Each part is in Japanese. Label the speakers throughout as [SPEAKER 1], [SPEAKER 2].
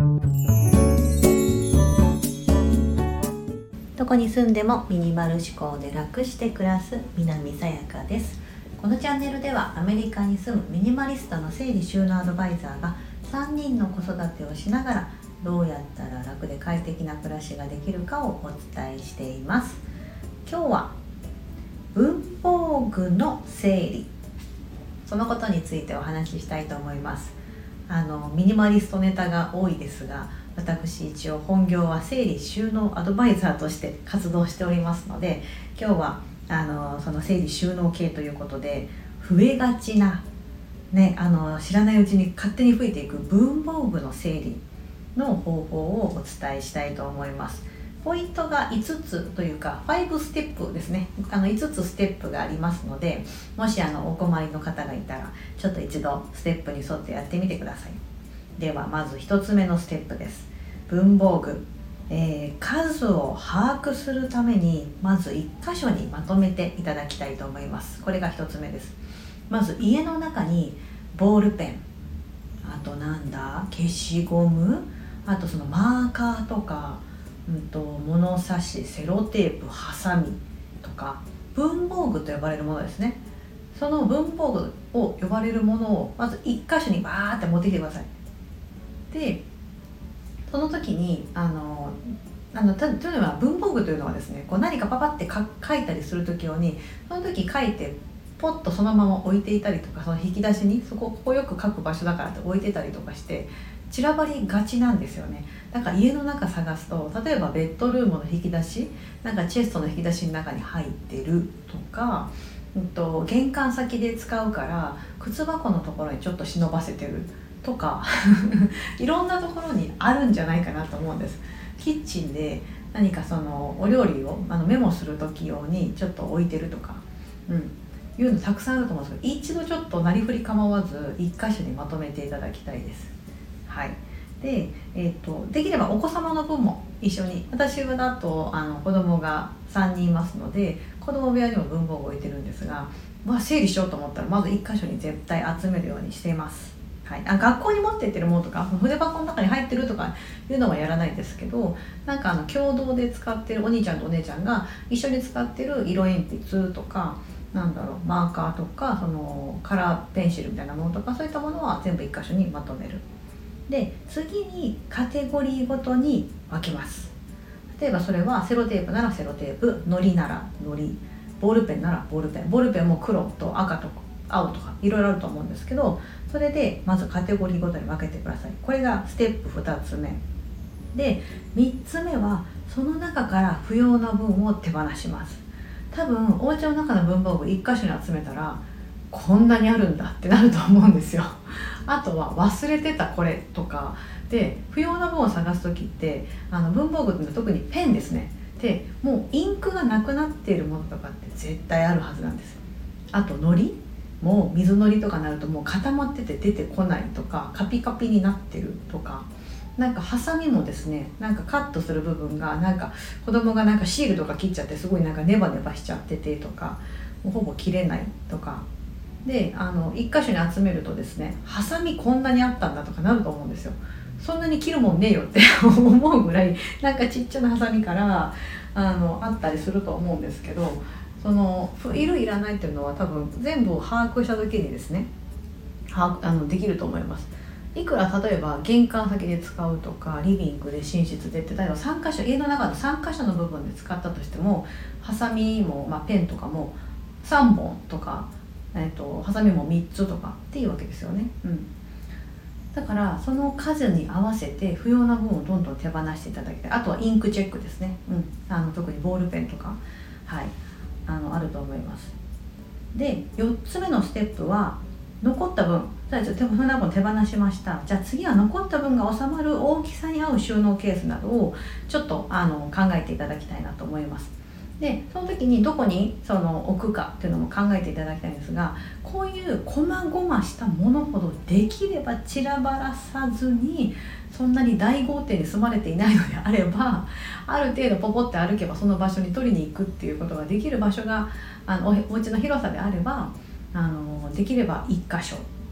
[SPEAKER 1] どこに住んでもミニマル思考で楽して暮らす南さやかです。このチャンネルではアメリカに住むミニマリストの整理収納アドバイザーが3人の子育てをしながらどうやったら楽で快適な暮らしができるかをお伝えしています。今日は文房具の整理、そのことについてお話ししたいと思います。ミニマリストネタが多いですが、私一応本業は整理収納アドバイザーとして活動しておりますので、今日はその整理収納系ということで増えがちな、知らないうちに勝手に増えていく文房具の整理の方法をお伝えしたいと思います。ポイントが5つというか5ステップですね。5つステップがありますので、もしお困りの方がいたらちょっと一度ステップに沿ってやってみてください。ではまず1つ目のステップです。文房具、数を把握するためにまず1箇所にまとめていただきたいと思います。これが1つ目です。まず家の中にボールペン、あと消しゴム、あとそのマーカーとか、物差し、セロテープ、ハサミとか文房具と呼ばれるものですね。その文房具を呼ばれるものをまず1箇所にバーって持ってきてください。でその時にというのは文房具というのはですね、こう何かパパって書いたりする時用に、その時書いてポッとそのまま置いていたりとか、その引き出しにここよく書く場所だからって置いてたりとかして散らばりがちなんですよね。だから家の中探すと、例えばベッドルームの引き出し、チェストの引き出しの中に入ってるとか、玄関先で使うから靴箱のところにちょっと忍ばせてるとかいろんなところにあるんじゃないかなと思うんです。キッチンで何かそのお料理をメモする時用にちょっと置いてるとか、いうのたくさんあると思うんですけど、一度ちょっとなりふり構わず一箇所にまとめていただきたいです。はい。で、できればお子様の分も一緒に、私はだと子供が3人いますので、子供部屋にも文房具を置いてるんですが、整理しようと思ったらまず一箇所に絶対集めるようにしています。はい、学校に持って行ってるものとか筆箱の中に入ってるとかいうのはやらないですけど、共同で使ってるお兄ちゃんとお姉ちゃんが一緒に使ってる色鉛筆とかマーカーとか、そのカラーペンシルみたいなものとか、そういったものは全部一箇所にまとめる。で次にカテゴリーごとに分けます。例えばそれはセロテープならセロテープ、のりならのり、ボールペンならボールペン、ボールペンも黒と赤とか青とかいろいろあると思うんですけど、それでまずカテゴリーごとに分けてください。これがステップ2つ目で、3つ目はその中から不要な分を手放します。多分お家の中の文房具1箇所に集めたらこんなにあるんだってなると思うんですよ。あとは忘れてたこれとかで、不要な分を探す時って文房具って特にペンですね。でもうインクがなくなっているものとかって絶対あるはずなんです。あとのりもう水のりとかになるともう固まってて出てこないとか、カピカピになってるとか、ハサミもですね、カットする部分が子供がシールとか切っちゃってすごいネバネバしちゃっててとか、もうほぼ切れないとかで、一箇所に集めるとですね、ハサミこんなにあったんだとかなると思うんですよ。そんなに切るもんねえよって思うぐらいちっちゃなハサミからあったりすると思うんですけど、そのいるいらないっていうのは多分全部を把握した時にですね、できると思います。いくら例えば玄関先で使うとかリビングで寝室でって例えば3箇所、家の中の3箇所の部分で使ったとしても、ハサミも、ペンとかも3本とか、ハサミも3つとかっていうわけですよね。だからその数に合わせて不要な分をどんどん手放していただきたい。あとはインクチェックですね。特にボールペンとか、あると思います。で4つ目のステップは残った分、そんな分手放しました。じゃあ次は残った分が収まる大きさに合う収納ケースなどをちょっと考えていただきたいなと思います。でその時にどこに置くかっていうのも考えていただきたいんですが、こういう細々したものほどできれば散らばらさずに、そんなに大豪邸に住まれていないのであれば、ある程度ポポって歩けばその場所に取りに行くっていうことができる場所がお家の広さであればできれば1箇所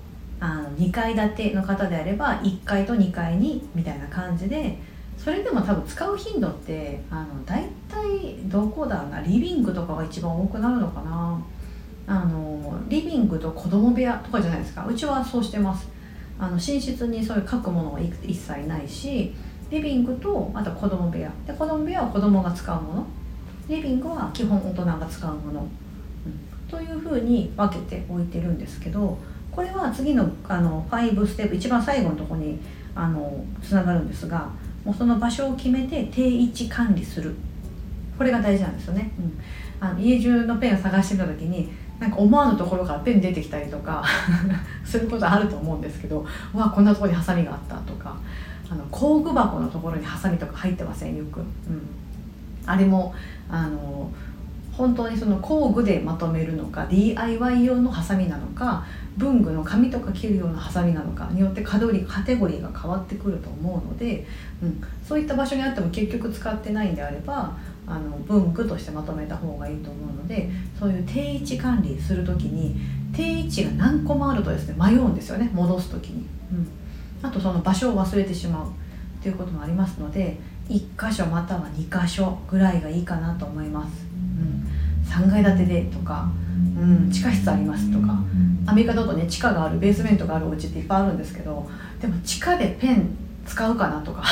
[SPEAKER 1] 2階建ての方であれば1階と2階にみたいな感じで、それでも多分使う頻度ってだいたいどこだろうな、リビングとかが一番多くなるのかな。リビングと子供部屋とかじゃないですか。うちはそうしてます。寝室にそういう書くものは一切ないし、リビングとあと子供部屋で、子供部屋は子供が使うもの、リビングは基本大人が使うもの、というふうに分けて置いてるんですけど、これは次の5ステップ、一番最後のところにつながるんですが、もうその場所を決めて定位置管理する、これが大事なんですよね。家中のペンを探してみた時になんか思わぬところからペン出てきたりとかすることあると思うんですけど、うわこんなところにハサミがあったとか、工具箱のところにハサミとか入ってませんよく、あれも本当にその工具でまとめるのか DIY 用のハサミなのか文具の紙とか切るようなハサミなのかによってカテゴリーが変わってくると思うので、そういった場所にあっても結局使ってないんであれば文具としてまとめた方がいいと思うので、そういう定位置管理するときに定位置が何個もあるとですね迷うんですよね、戻すときに、あとその場所を忘れてしまうっていうこともありますので、1箇所または2箇所ぐらいがいいかなと思います。3階建てでとか、地下室ありますとか、アメリカだとね地下があるベースメントがあるお家っていっぱいあるんですけど、でも地下でペン使うかなとか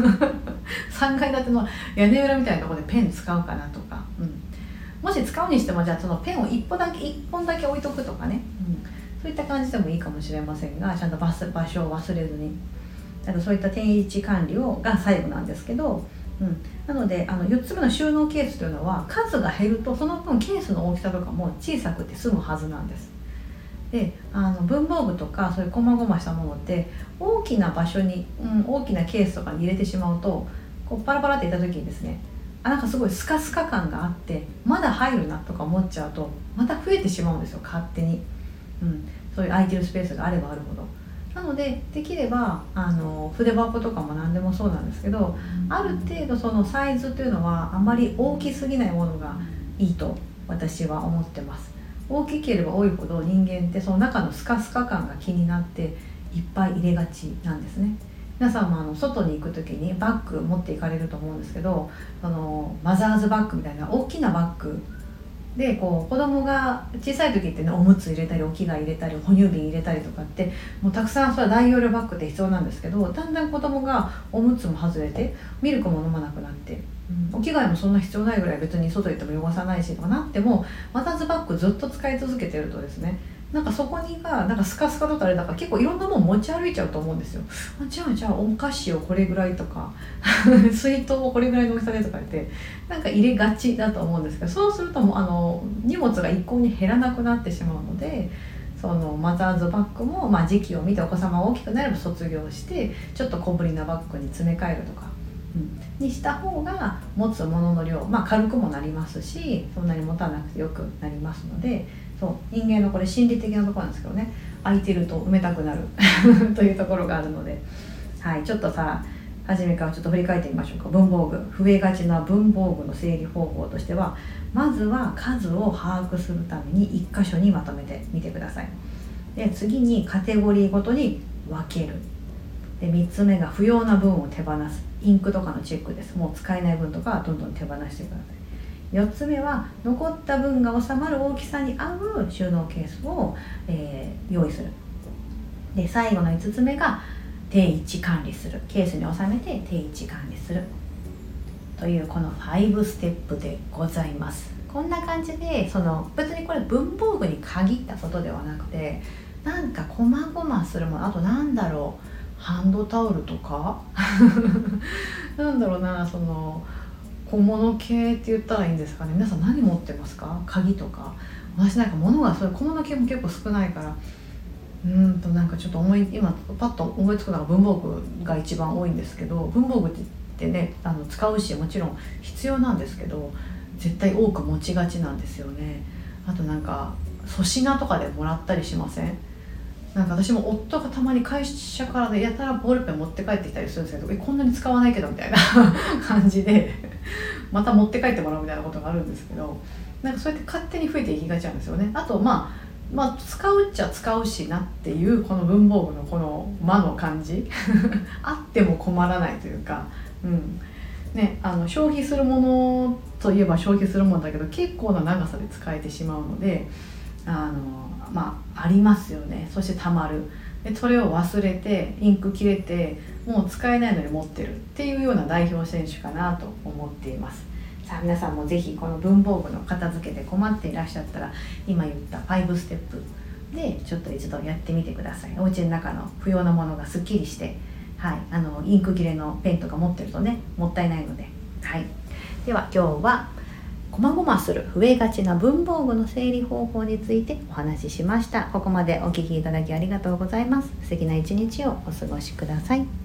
[SPEAKER 1] 3階建ての屋根裏みたいなところでペン使うかなとか、もし使うにしてもじゃあそのペンを1本だけ置いとくとかね、そういった感じでもいいかもしれませんが、ちゃんと場所を忘れずに、そういった定位置管理が最後なんですけど、なので4つ目の収納ケースというのは数が減るとその分ケースの大きさとかも小さくて済むはずなんです。で文房具とかそういう細々したものって大きな場所に、大きなケースとかに入れてしまうとこうパラパラっていった時にですね、なんかすごいスカスカ感があってまだ入るなとか思っちゃうとまた増えてしまうんですよ、勝手に、そういう空いてるスペースがあればあるほど。なのでできれば筆箱とかも何でもそうなんですけど、ある程度そのサイズというのはあまり大きすぎないものがいいと私は思ってます。大きければ多いほど人間ってその中のスカスカ感が気になっていっぱい入れがちなんですね。皆さんも外に行く時にバッグ持っていかれると思うんですけど、マザーズバッグみたいな大きなバッグでこう子供が小さい時ってね、おむつ入れたりお着替え入れたり哺乳瓶入れたりとかってもうたくさんそれは大容量バッグって必要なんですけど、だんだん子供がおむつも外れてミルクも飲まなくなって、お着替えもそんな必要ないぐらい別に外行っても汚さないしとかなっても、マザーズバッグずっと使い続けてるとですね、なんかそこになんかスカスカとかあれだから結構いろんなもん持ち歩いちゃうと思うんですよ。じゃあお菓子をこれぐらいとか水筒をこれぐらいの大きさでとか言ってなんか入れがちだと思うんですけど、そうするともう荷物が一向に減らなくなってしまうので、そのマザーズバッグも時期を見てお子様が大きくなれば卒業してちょっと小ぶりなバッグに詰め替えるとか、にした方が持つものの量、軽くもなりますしそんなに持たなくてよくなりますので、そう人間のこれ心理的なところなんですけどね、空いてると埋めたくなるというところがあるので、ちょっと初めからちょっと振り返ってみましょうか。文房具、増えがちな文房具の整理方法としては、まずは数を把握するために1箇所にまとめてみてください。で次にカテゴリーごとに分ける。で3つ目が不要な分を手放す。インクとかのチェックです。もう使えない分とかはどんどん手放してください。4つ目は残った分が収まる大きさに合う収納ケースを、用意する。で最後の5つ目が定位置管理する。ケースに収めて定位置管理するというこの5ステップでございます。こんな感じで別にこれ文房具に限ったことではなくて、なんか細々するもの、あとなんだろう、ハンドタオルとかなんだろうな、小物系って言ったらいいんですかね。皆さん何持ってますか？鍵とか。私なんか物がそういう小物系も結構少ないから、なんかちょっと今パッと思いつくのが文房具が一番多いんですけど、文房具ってね使うしもちろん必要なんですけど絶対多く持ちがちなんですよね。あとなんか粗品とかでもらったりしません？なんか私も夫がたまに会社からでやたらボールペン持って帰ってきたりするんですけど、こんなに使わないけどみたいな感じでまた持って帰ってもらうみたいなことがあるんですけど、なんかそうやって勝手に増えていきがちなんですよね。あと
[SPEAKER 2] 使うっちゃ使うしなっていうこの文房具のこの間の感じあっても困らないというか、消費するものといえば消費するものだけど結構な長さで使えてしまうのでありますよね。そしてたまる。でそれを忘れてインク切れてもう使えないのに持ってるっていうような代表選手かなと思っています。さあ皆さんもぜひこの文房具の片付けで困っていらっしゃったら今言った5ステップでちょっと一度やってみてください。お家の中の不要なものがすっきりして、インク切れのペンとか持ってるとねもったいないので、では今日はこまごまする増えがちな文房具の整理方法についてお話ししました。ここまでお聞きいただきありがとうございます。素敵な一日をお過ごしください。